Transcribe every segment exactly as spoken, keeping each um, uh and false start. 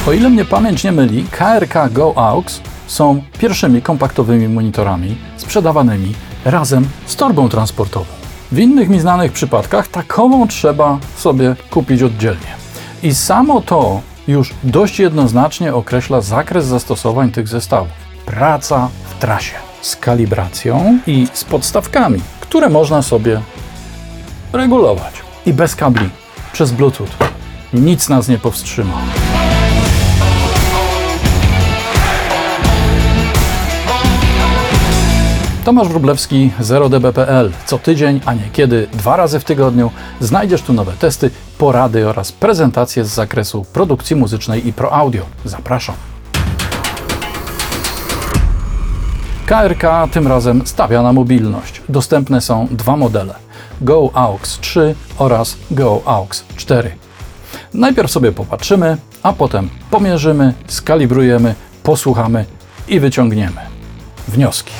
O ile mnie pamięć nie myli, K R K Go Aux są pierwszymi kompaktowymi monitorami sprzedawanymi razem z torbą transportową. W innych mi znanych przypadkach takową trzeba sobie kupić oddzielnie. I samo to już dość jednoznacznie określa zakres zastosowań tych zestawów. Praca w trasie z kalibracją i z podstawkami, które można sobie regulować. I bez kabli, przez Bluetooth. Nic nas nie powstrzyma. Tomasz Wróblewski, zero d b kropka p l. Co tydzień, a niekiedy dwa razy w tygodniu znajdziesz tu nowe testy, porady oraz prezentacje z zakresu produkcji muzycznej i pro audio. Zapraszam. K R K tym razem stawia na mobilność. Dostępne są dwa modele: Go Aux trzy oraz Go Aux cztery. Najpierw sobie popatrzymy, a potem pomierzymy, skalibrujemy, posłuchamy i wyciągniemy wnioski.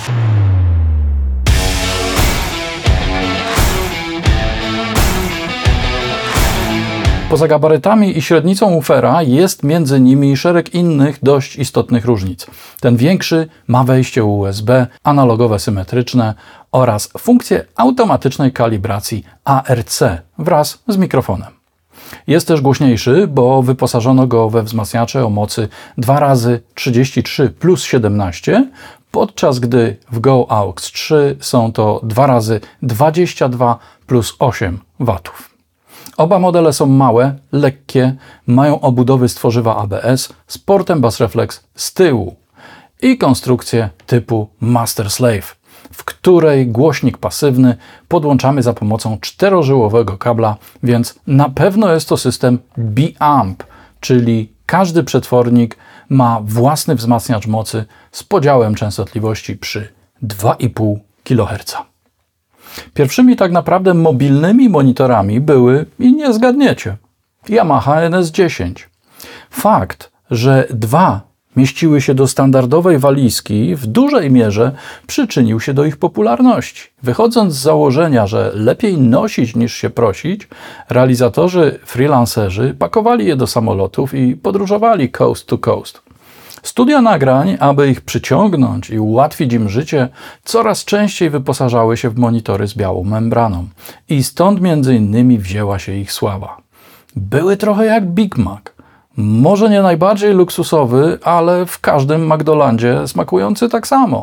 Poza gabarytami i średnicą woofera jest między nimi szereg innych dość istotnych różnic. Ten większy ma wejście U S B, analogowe symetryczne oraz funkcję automatycznej kalibracji A R C wraz z mikrofonem. Jest też głośniejszy, bo wyposażono go we wzmacniacze o mocy dwa razy trzydzieści trzy plus siedemnaście, podczas gdy w Go Aux trzy są to dwa razy dwadzieścia dwa plus osiem watów. Oba modele są małe, lekkie, mają obudowy z tworzywa A B S z portem Bass Reflex z tyłu i konstrukcję typu Master Slave, w której głośnik pasywny podłączamy za pomocą czterożyłowego kabla, więc na pewno jest to system B-Amp, czyli każdy przetwornik ma własny wzmacniacz mocy z podziałem częstotliwości przy dwa i pół gigaherca. Pierwszymi tak naprawdę mobilnymi monitorami były, i nie zgadniecie, Yamaha N S dziesięć. Fakt, że dwa mieściły się do standardowej walizki, w dużej mierze przyczynił się do ich popularności. Wychodząc z założenia, że lepiej nosić niż się prosić, realizatorzy freelancerzy pakowali je do samolotów i podróżowali coast to coast. Studia nagrań, aby ich przyciągnąć i ułatwić im życie, coraz częściej wyposażały się w monitory z białą membraną. I stąd między innymi wzięła się ich sława. Były trochę jak Big Mac. Może nie najbardziej luksusowy, ale w każdym McDonaldzie smakujący tak samo.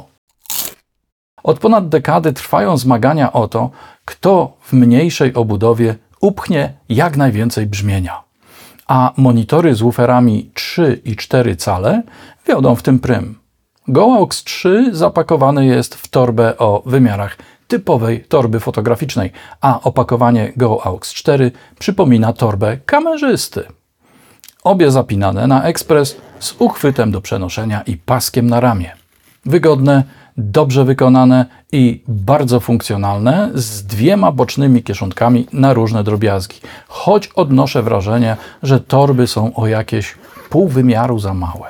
Od ponad dekady trwają zmagania o to, kto w mniejszej obudowie upchnie jak najwięcej brzmienia. A monitory z wooferami trzy i cztery cale wiodą w tym prym. Go Aux trzy zapakowany jest w torbę o wymiarach typowej torby fotograficznej, a opakowanie Go Aux cztery przypomina torbę kamerzysty. Obie zapinane na ekspres z uchwytem do przenoszenia i paskiem na ramię. Wygodne, dobrze wykonane i bardzo funkcjonalne, z dwiema bocznymi kieszonkami na różne drobiazgi. Choć odnoszę wrażenie, że torby są o jakieś pół wymiaru za małe.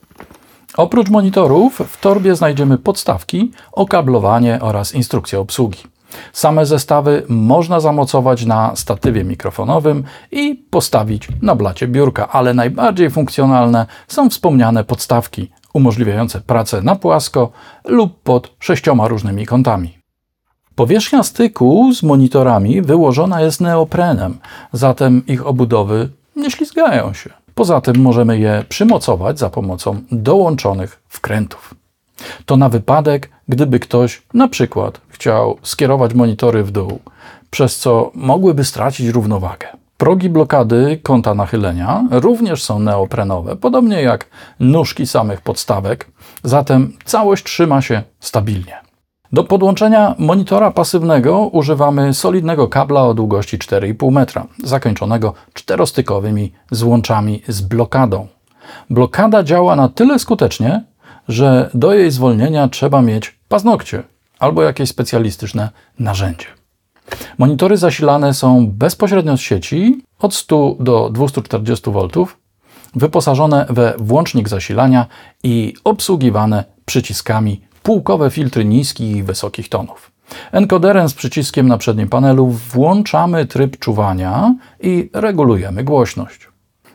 Oprócz monitorów w torbie znajdziemy podstawki, okablowanie oraz instrukcję obsługi. Same zestawy można zamocować na statywie mikrofonowym i postawić na blacie biurka, ale najbardziej funkcjonalne są wspomniane podstawki, umożliwiające pracę na płasko lub pod sześcioma różnymi kątami. Powierzchnia styku z monitorami wyłożona jest neoprenem, zatem ich obudowy nie ślizgają się. Poza tym możemy je przymocować za pomocą dołączonych wkrętów. To na wypadek, gdyby ktoś na przykład chciał skierować monitory w dół, przez co mogłyby stracić równowagę. Progi blokady kąta nachylenia również są neoprenowe, podobnie jak nóżki samych podstawek, zatem całość trzyma się stabilnie. Do podłączenia monitora pasywnego używamy solidnego kabla o długości cztery i pół metra, zakończonego czterostykowymi złączami z blokadą. Blokada działa na tyle skutecznie, że do jej zwolnienia trzeba mieć paznokcie albo jakieś specjalistyczne narzędzie. Monitory zasilane są bezpośrednio z sieci od stu do dwustu czterdziestu woltów, wyposażone we włącznik zasilania i obsługiwane przyciskami półkowe filtry niskich i wysokich tonów. Encoderem z przyciskiem na przednim panelu włączamy tryb czuwania i regulujemy głośność.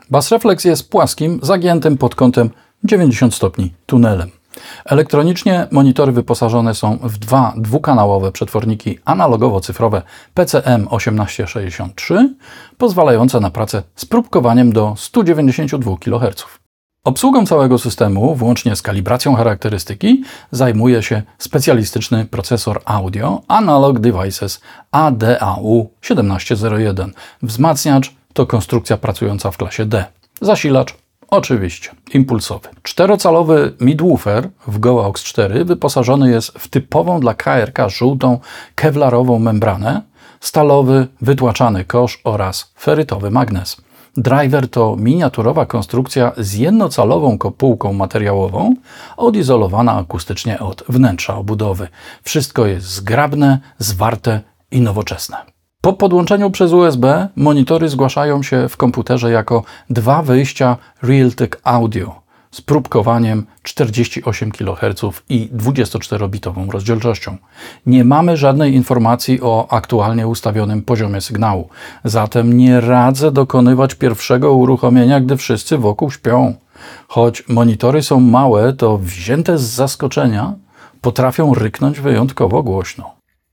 Bassreflex jest płaskim, zagiętym pod kątem dziewięćdziesiąt stopni tunelem. Elektronicznie monitory wyposażone są w dwa dwukanałowe przetworniki analogowo-cyfrowe P C M osiemnaście sześćdziesiąt trzy, pozwalające na pracę z próbkowaniem do stu dziewięćdziesięciu dwóch kiloherców. Obsługą całego systemu, włącznie z kalibracją charakterystyki, zajmuje się specjalistyczny procesor audio Analog Devices A D A U siedemnaście zero jeden. Wzmacniacz to konstrukcja pracująca w klasie D. Zasilacz oczywiście impulsowy. Czterocalowy midwoofer w GoAux cztery wyposażony jest w typową dla K R K żółtą kevlarową membranę, stalowy wytłaczany kosz oraz ferytowy magnes. Driver to miniaturowa konstrukcja z jednocalową kopułką materiałową, odizolowana akustycznie od wnętrza obudowy. Wszystko jest zgrabne, zwarte i nowoczesne. Po podłączeniu przez U S B monitory zgłaszają się w komputerze jako dwa wyjścia Realtek Audio z próbkowaniem czterdzieści osiem kiloherców i dwudziestoczterobitową rozdzielczością. Nie mamy żadnej informacji o aktualnie ustawionym poziomie sygnału, zatem nie radzę dokonywać pierwszego uruchomienia, gdy wszyscy wokół śpią. Choć monitory są małe, to wzięte z zaskoczenia potrafią ryknąć wyjątkowo głośno.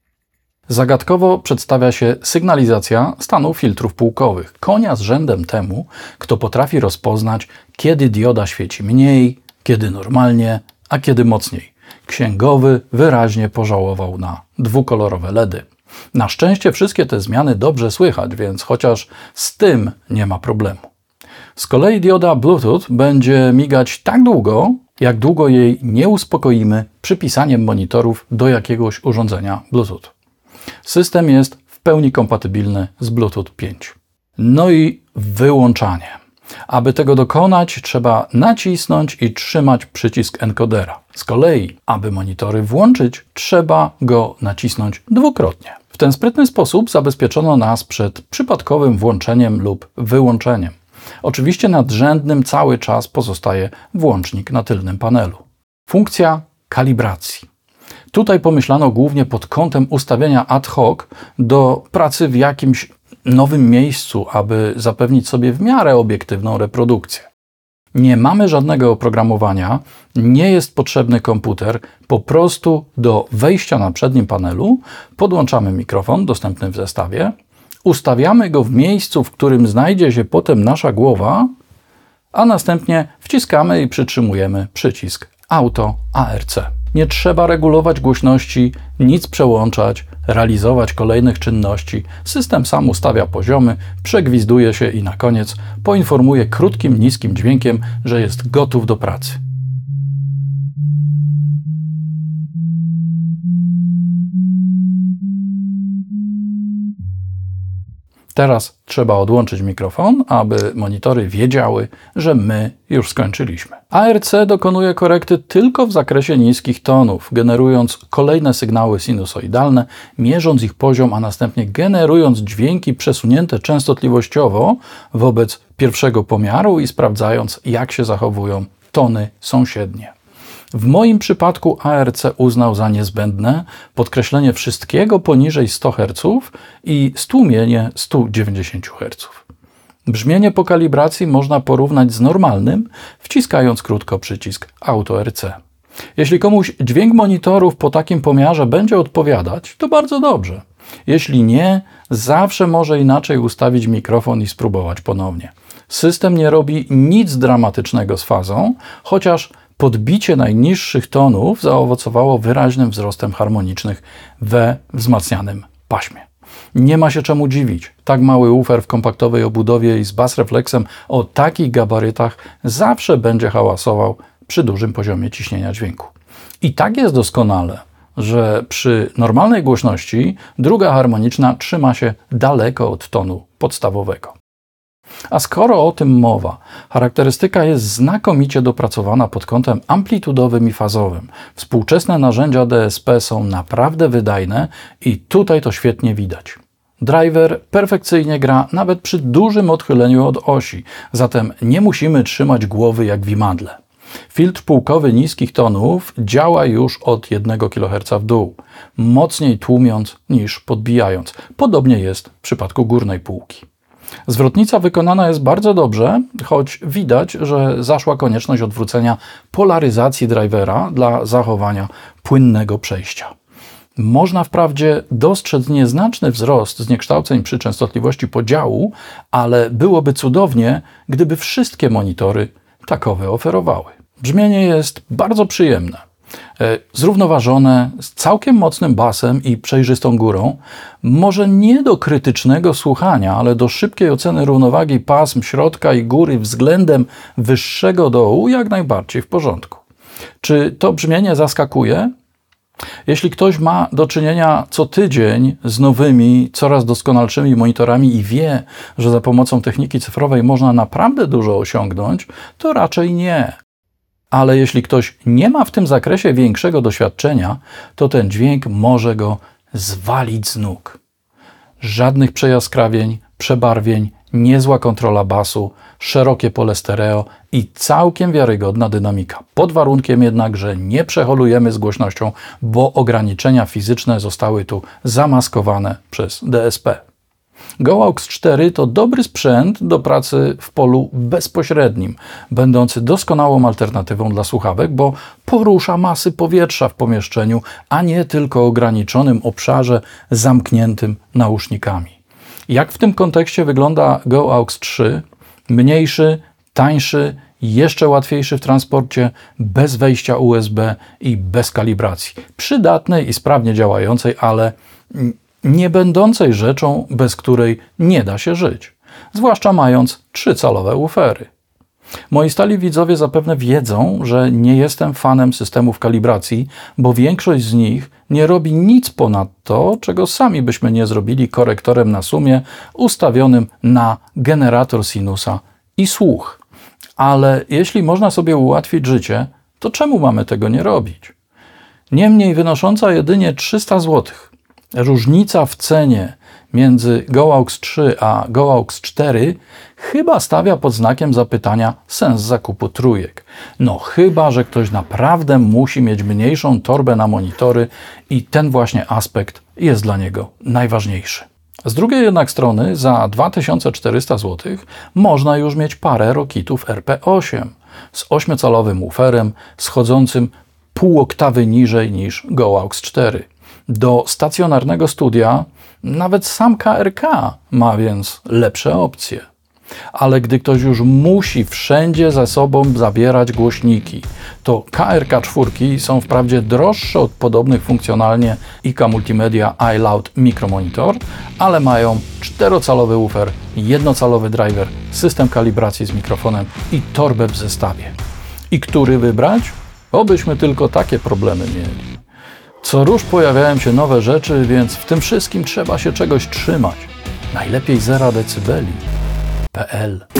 Zagadkowo przedstawia się sygnalizacja stanu filtrów półkowych. Konia z rzędem temu, kto potrafi rozpoznać, kiedy dioda świeci mniej, kiedy normalnie, a kiedy mocniej. Księgowy wyraźnie pożałował na dwukolorowe LEDy. Na szczęście wszystkie te zmiany dobrze słychać, więc chociaż z tym nie ma problemu. Z kolei dioda Bluetooth będzie migać tak długo, jak długo jej nie uspokoimy przypisaniem monitorów do jakiegoś urządzenia Bluetooth. System jest w pełni kompatybilny z Bluetooth pięć. No i wyłączanie. Aby tego dokonać, trzeba nacisnąć i trzymać przycisk encodera. Z kolei, aby monitory włączyć, trzeba go nacisnąć dwukrotnie. W ten sprytny sposób zabezpieczono nas przed przypadkowym włączeniem lub wyłączeniem. Oczywiście nadrzędnym cały czas pozostaje włącznik na tylnym panelu. Funkcja kalibracji. Tutaj pomyślano głównie pod kątem ustawienia ad hoc do pracy w jakimś nowym miejscu, aby zapewnić sobie w miarę obiektywną reprodukcję. Nie mamy żadnego oprogramowania, nie jest potrzebny komputer, po prostu do wejścia na przednim panelu podłączamy mikrofon dostępny w zestawie, ustawiamy go w miejscu, w którym znajdzie się potem nasza głowa, a następnie wciskamy i przytrzymujemy przycisk Auto A R C. Nie trzeba regulować głośności, nic przełączać, realizować kolejnych czynności. System sam ustawia poziomy, przegwizduje się i na koniec poinformuje krótkim, niskim dźwiękiem, że jest gotów do pracy. Teraz trzeba odłączyć mikrofon, aby monitory wiedziały, że my już skończyliśmy. A R C dokonuje korekty tylko w zakresie niskich tonów, generując kolejne sygnały sinusoidalne, mierząc ich poziom, a następnie generując dźwięki przesunięte częstotliwościowo wobec pierwszego pomiaru i sprawdzając, jak się zachowują tony sąsiednie. W moim przypadku A R C uznał za niezbędne podkreślenie wszystkiego poniżej stu herców i stłumienie stu dziewięćdziesięciu herców. Brzmienie po kalibracji można porównać z normalnym, wciskając krótko przycisk Auto R C. Jeśli komuś dźwięk monitorów po takim pomiarze będzie odpowiadać, to bardzo dobrze. Jeśli nie, zawsze może inaczej ustawić mikrofon i spróbować ponownie. System nie robi nic dramatycznego z fazą, chociaż podbicie najniższych tonów zaowocowało wyraźnym wzrostem harmonicznych we wzmacnianym paśmie. Nie ma się czemu dziwić. Tak mały woofer w kompaktowej obudowie i z bassreflexem o takich gabarytach zawsze będzie hałasował przy dużym poziomie ciśnienia dźwięku. I tak jest doskonale, że przy normalnej głośności druga harmoniczna trzyma się daleko od tonu podstawowego. A skoro o tym mowa, charakterystyka jest znakomicie dopracowana pod kątem amplitudowym i fazowym. Współczesne narzędzia D S P są naprawdę wydajne i tutaj to świetnie widać. Driver perfekcyjnie gra nawet przy dużym odchyleniu od osi, zatem nie musimy trzymać głowy jak w imadle. Filtr półkowy niskich tonów działa już od jednego kiloherca w dół, mocniej tłumiąc niż podbijając. Podobnie jest w przypadku górnej półki. Zwrotnica wykonana jest bardzo dobrze, choć widać, że zaszła konieczność odwrócenia polaryzacji drivera dla zachowania płynnego przejścia. Można wprawdzie dostrzec nieznaczny wzrost zniekształceń przy częstotliwości podziału, ale byłoby cudownie, gdyby wszystkie monitory takowe oferowały. Brzmienie jest bardzo przyjemne, zrównoważone, z całkiem mocnym basem i przejrzystą górą, może nie do krytycznego słuchania, ale do szybkiej oceny równowagi pasm środka i góry względem wyższego dołu jak najbardziej w porządku. Czy to brzmienie zaskakuje? Jeśli ktoś ma do czynienia co tydzień z nowymi, coraz doskonalszymi monitorami i wie, że za pomocą techniki cyfrowej można naprawdę dużo osiągnąć, to raczej nie. Ale jeśli ktoś nie ma w tym zakresie większego doświadczenia, to ten dźwięk może go zwalić z nóg. Żadnych przejaskrawień, przebarwień, niezła kontrola basu, szerokie pole stereo i całkiem wiarygodna dynamika. Pod warunkiem jednak, że nie przeholujemy z głośnością, bo ograniczenia fizyczne zostały tu zamaskowane przez D S P. GoAux cztery to dobry sprzęt do pracy w polu bezpośrednim, będący doskonałą alternatywą dla słuchawek, bo porusza masy powietrza w pomieszczeniu, a nie tylko ograniczonym obszarze zamkniętym nausznikami. Jak w tym kontekście wygląda GoAux trzy? Mniejszy, tańszy, jeszcze łatwiejszy w transporcie, bez wejścia U S B i bez kalibracji. Przydatnej i sprawnie działającej, ale nie będącej rzeczą, bez której nie da się żyć, zwłaszcza mając trzycalowe woofery. Moi stali widzowie zapewne wiedzą, że nie jestem fanem systemów kalibracji, bo większość z nich nie robi nic ponad to, czego sami byśmy nie zrobili korektorem na sumie ustawionym na generator sinusa i słuch. Ale jeśli można sobie ułatwić życie, to czemu mamy tego nie robić? Niemniej wynosząca jedynie trzysta złotych. Różnica w cenie między GoAux trzy a GoAux cztery chyba stawia pod znakiem zapytania sens zakupu trójek. No chyba, że ktoś naprawdę musi mieć mniejszą torbę na monitory i ten właśnie aspekt jest dla niego najważniejszy. Z drugiej jednak strony za dwa tysiące czterysta złotych można już mieć parę Rokitów R P osiem z ośmiocalowym wooferem schodzącym pół oktawy niżej niż GoAux cztery. Do stacjonarnego studia nawet sam K R K ma więc lepsze opcje. Ale gdy ktoś już musi wszędzie ze sobą zabierać głośniki, to K R K cztery są wprawdzie droższe od podobnych funkcjonalnie I K Multimedia iLoud Micromonitor, ale mają czterocalowy woofer, jednocalowy driver, system kalibracji z mikrofonem i torbę w zestawie. I który wybrać? Obyśmy tylko takie problemy mieli. Co rusz pojawiają się nowe rzeczy, więc w tym wszystkim trzeba się czegoś trzymać. Najlepiej zera decybeli. P L